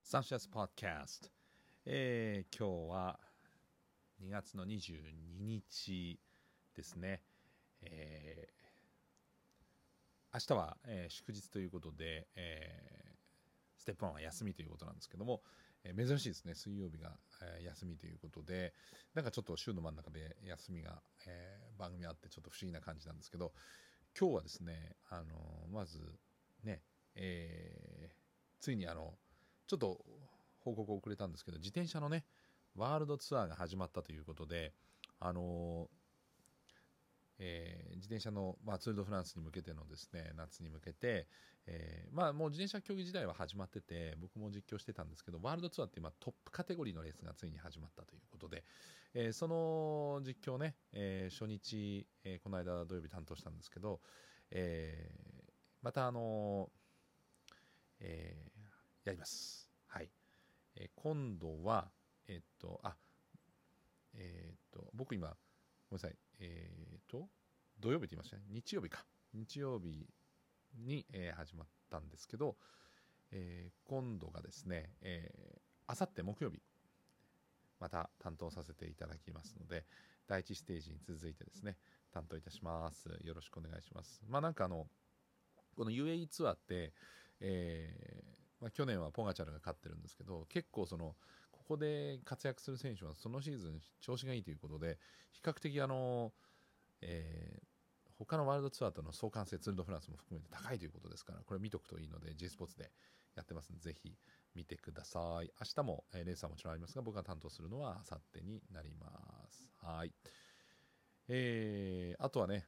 サンシャスポッドキャスト、今日は2月の22日ですね。明日は、祝日ということで、ステップ1は休みということなんですけども、珍しいですね。水曜日が、休みということで、なんかちょっと週の真ん中で休みが、番組あってちょっと不思議な感じなんですけど、今日はですね、まずね、ついにちょっと報告遅れたんですけど、自転車のねワールドツアーが始まったということで、自転車の、ツール・ド・フランスに向けてのですね、夏に向けて、もう自転車競技時代は始まってて、僕も実況してたんですけど、ワールドツアーって今トップカテゴリーのレースがついに始まったということで、その実況ね、初日、この間土曜日担当したんですけど、またやります。はい。今度は僕今ごめんなさい。土曜日って言いましたね。日曜日か。日曜日に、始まったんですけど、今度がですね、あさって木曜日また担当させていただきますので、第1ステージに続いてですね担当いたします。よろしくお願いします。なんかこの UAE ツアーって、去年はポガチャルが勝ってるんですけど、結構ここで活躍する選手はそのシーズン調子がいいということで、比較的他のワールドツアーとの相関性、ツール・ド・フランスも含めて高いということですから、これ見とくといいので G スポーツでやってますので、ぜひ見てください。明日も、レースはもちろんありますが、僕が担当するのは明後日になります。はい。あとはね、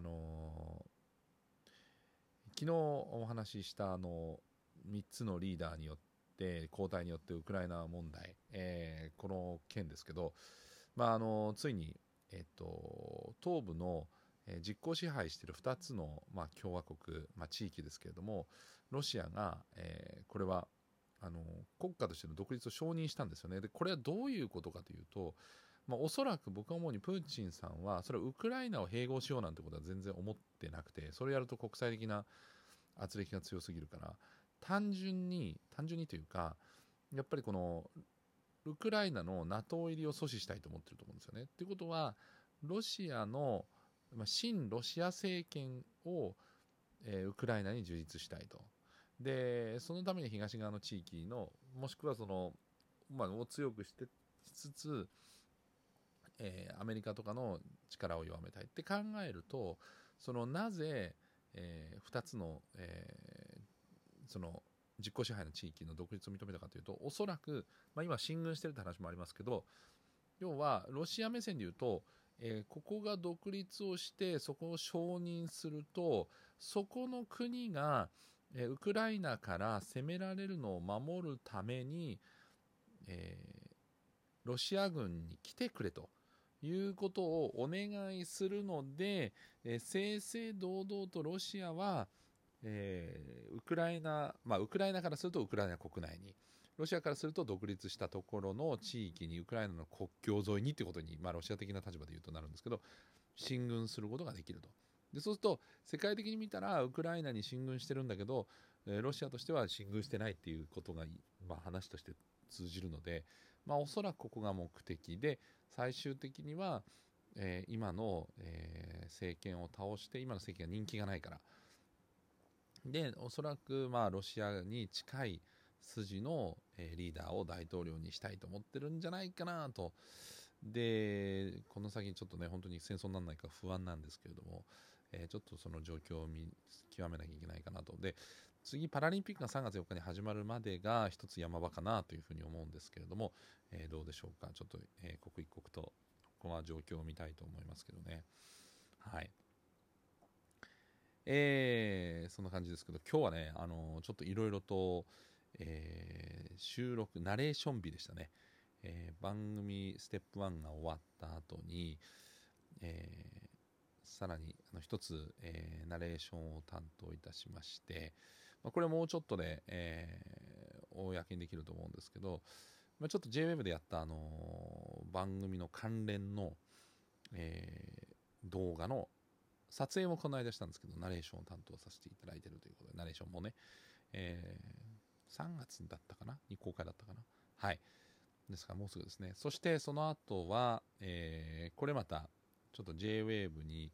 昨日お話しした3つのリーダーによって交代によってウクライナ問題、この件ですけど、ついに、東部の実効支配している2つの、共和国、地域ですけれども、ロシアが、これは国家としての独立を承認したんですよね。でこれはどういうことかというと、おそらく僕は思うにプーチンさんはそれはウクライナを併合しようなんてことは全然思ってなくて、それをやると国際的な圧力が強すぎるから、単純にというか、やっぱりこのウクライナの NATO 入りを阻止したいと思ってると思うんですよね。ということはロシアの親ロシア政権を、ウクライナに樹立したいと。でそのために東側の地域のもしくはを強くしてしつつ、アメリカとかの力を弱めたいって考えると、なぜ、2つの、その実効支配の地域の独立を認めたかというと、おそらく、今進軍しているって話もありますけど、要はロシア目線でいうと、ここが独立をしてそこを承認すると、そこの国が、ウクライナから攻められるのを守るために、ロシア軍に来てくれということをお願いするので、正々堂々とロシアは、ウクライナからするとウクライナ国内に、ロシアからすると独立したところの地域に、ウクライナの国境沿いにということに、ロシア的な立場で言うとなるんですけど、進軍することができると。でそうすると世界的に見たらウクライナに進軍してるんだけど、ロシアとしては進軍してないっていうことが、話として通じるので、おそらくここが目的で、最終的には、今の、政権を倒して、今の政権が人気がないからで、おそらくロシアに近い筋の、リーダーを大統領にしたいと思ってるんじゃないかなと。でこの先ちょっとね、本当に戦争にならないか不安なんですけれども、ちょっとその状況を見極めなきゃいけないかなと。で次パラリンピックが3月4日に始まるまでが一つ山場かなというふうに思うんですけれども、どうでしょうか。ちょっと、刻一刻とここは状況を見たいと思いますけどね。はい。そんな感じですけど、今日はね、ちょっといろいろと、収録ナレーション日でしたね。番組ステップ1が終わった後に、さらに一つ、ナレーションを担当いたしまして、これもうちょっとで、公にできると思うんですけど、ちょっと JWEB でやった、番組の関連の、動画の撮影もこの間したんですけど、ナレーションを担当させていただいているということで、ナレーションもね、 3月だったかなに公開だったかな。はい。ですからもうすぐですね。そしてその後は、これまたちょっと J-Wave に、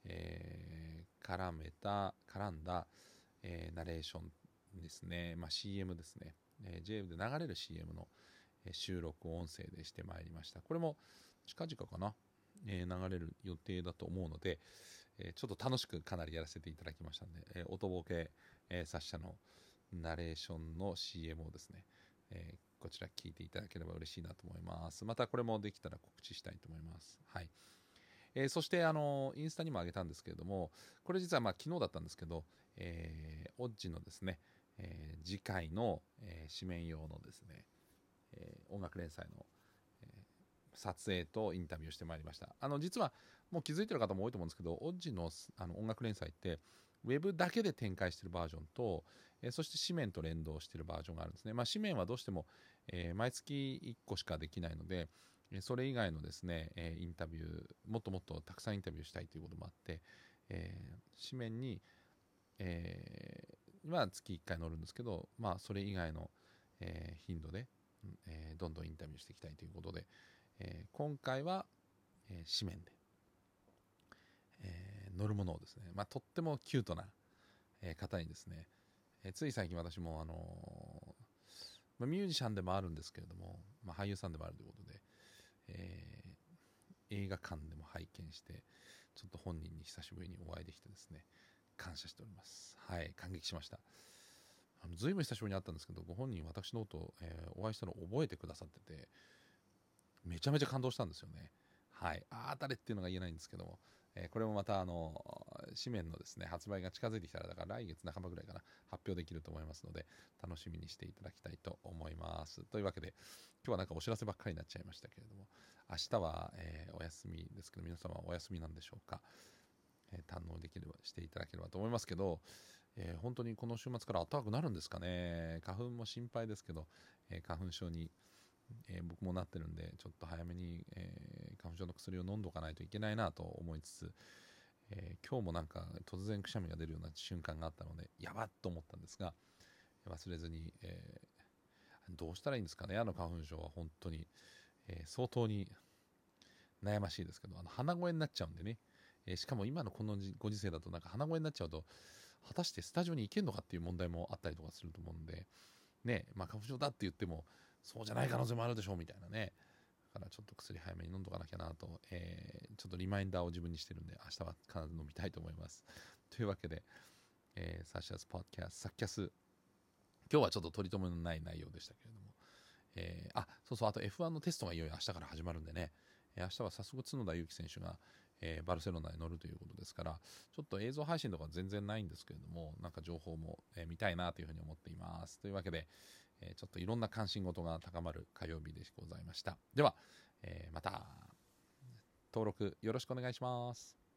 絡んだ、ナレーションですね。CM ですね。J-Wave で流れる CM の収録を音声でしてまいりました。これも近々かな、流れる予定だと思うので、ちょっと楽しくかなりやらせていただきましたので、音ボケ、作者のナレーションの CM をですね、こちら聞いていただければ嬉しいなと思います。またこれもできたら告知したいと思います。はい。そしてインスタにも上げたんですけれども、これ実は昨日だったんですけど、オッジのですね、次回の、紙面用のですね、音楽連載の、撮影とインタビューしてまいりました。実はもう気づいてる方も多いと思うんですけど、オッジの音楽連載ってウェブだけで展開しているバージョンと、そして紙面と連動しているバージョンがあるんですね。紙面はどうしても、毎月1個しかできないので、それ以外のですね、インタビューもっともっとたくさんインタビューしたいということもあって、紙面に、月1回載るんですけど、それ以外の、頻度で、どんどんインタビューしていきたいということで、今回は、紙面で、乗るものをですね、とってもキュートな、方にですね、つい最近私もミュージシャンでもあるんですけれども、俳優さんでもあるということで、映画館でも拝見して、ちょっと本人に久しぶりにお会いできてですね、感謝しております。はい、感激しました。ずいぶん久しぶりに会ったんですけど、ご本人私のことを、お会いしたのを覚えてくださってて、めちゃめちゃ感動したんですよね。はい、誰っていうのが言えないんですけども、これもまた紙面のですね発売が近づいてきたら、だから来月半ばぐらいかな、発表できると思いますので、楽しみにしていただきたいと思います。というわけで、今日はなんかお知らせばっかりになっちゃいましたけれども、明日は、お休みですけど、皆様はお休みなんでしょうか。堪能できればしていただければと思いますけど、本当にこの週末から暖かくなるんですかね。花粉も心配ですけど、花粉症に僕もなってるんで、ちょっと早めに、花粉症の薬を飲んでおかないといけないなと思いつつ、今日もなんか突然くしゃみが出るような瞬間があったので、やばっと思ったんですが、忘れずに、どうしたらいいんですかね。花粉症は本当に、相当に悩ましいですけど、鼻声になっちゃうんでね、しかも今のこのご時世だとなんか鼻声になっちゃうと、果たしてスタジオに行けるのかっていう問題もあったりとかすると思うんでね、花粉症だって言ってもそうじゃない可能性もあるでしょうみたいなね。だからちょっと薬早めに飲んどかなきゃなと、ちょっとリマインダーを自分にしてるんで、明日は必ず飲みたいと思います。というわけで、サッシャスポッドキャスト、サッキャス、今日はちょっと取り留めのない内容でしたけれども、そうそう、あと F1 のテストがいよいよ明日から始まるんでね、明日は早速角田裕樹選手が、バルセロナに乗るということですから、ちょっと映像配信とか全然ないんですけれども、なんか情報も、見たいなというふうに思っています。というわけで、ちょっといろんな関心事が高まる火曜日でございました。では、また登録よろしくお願いします。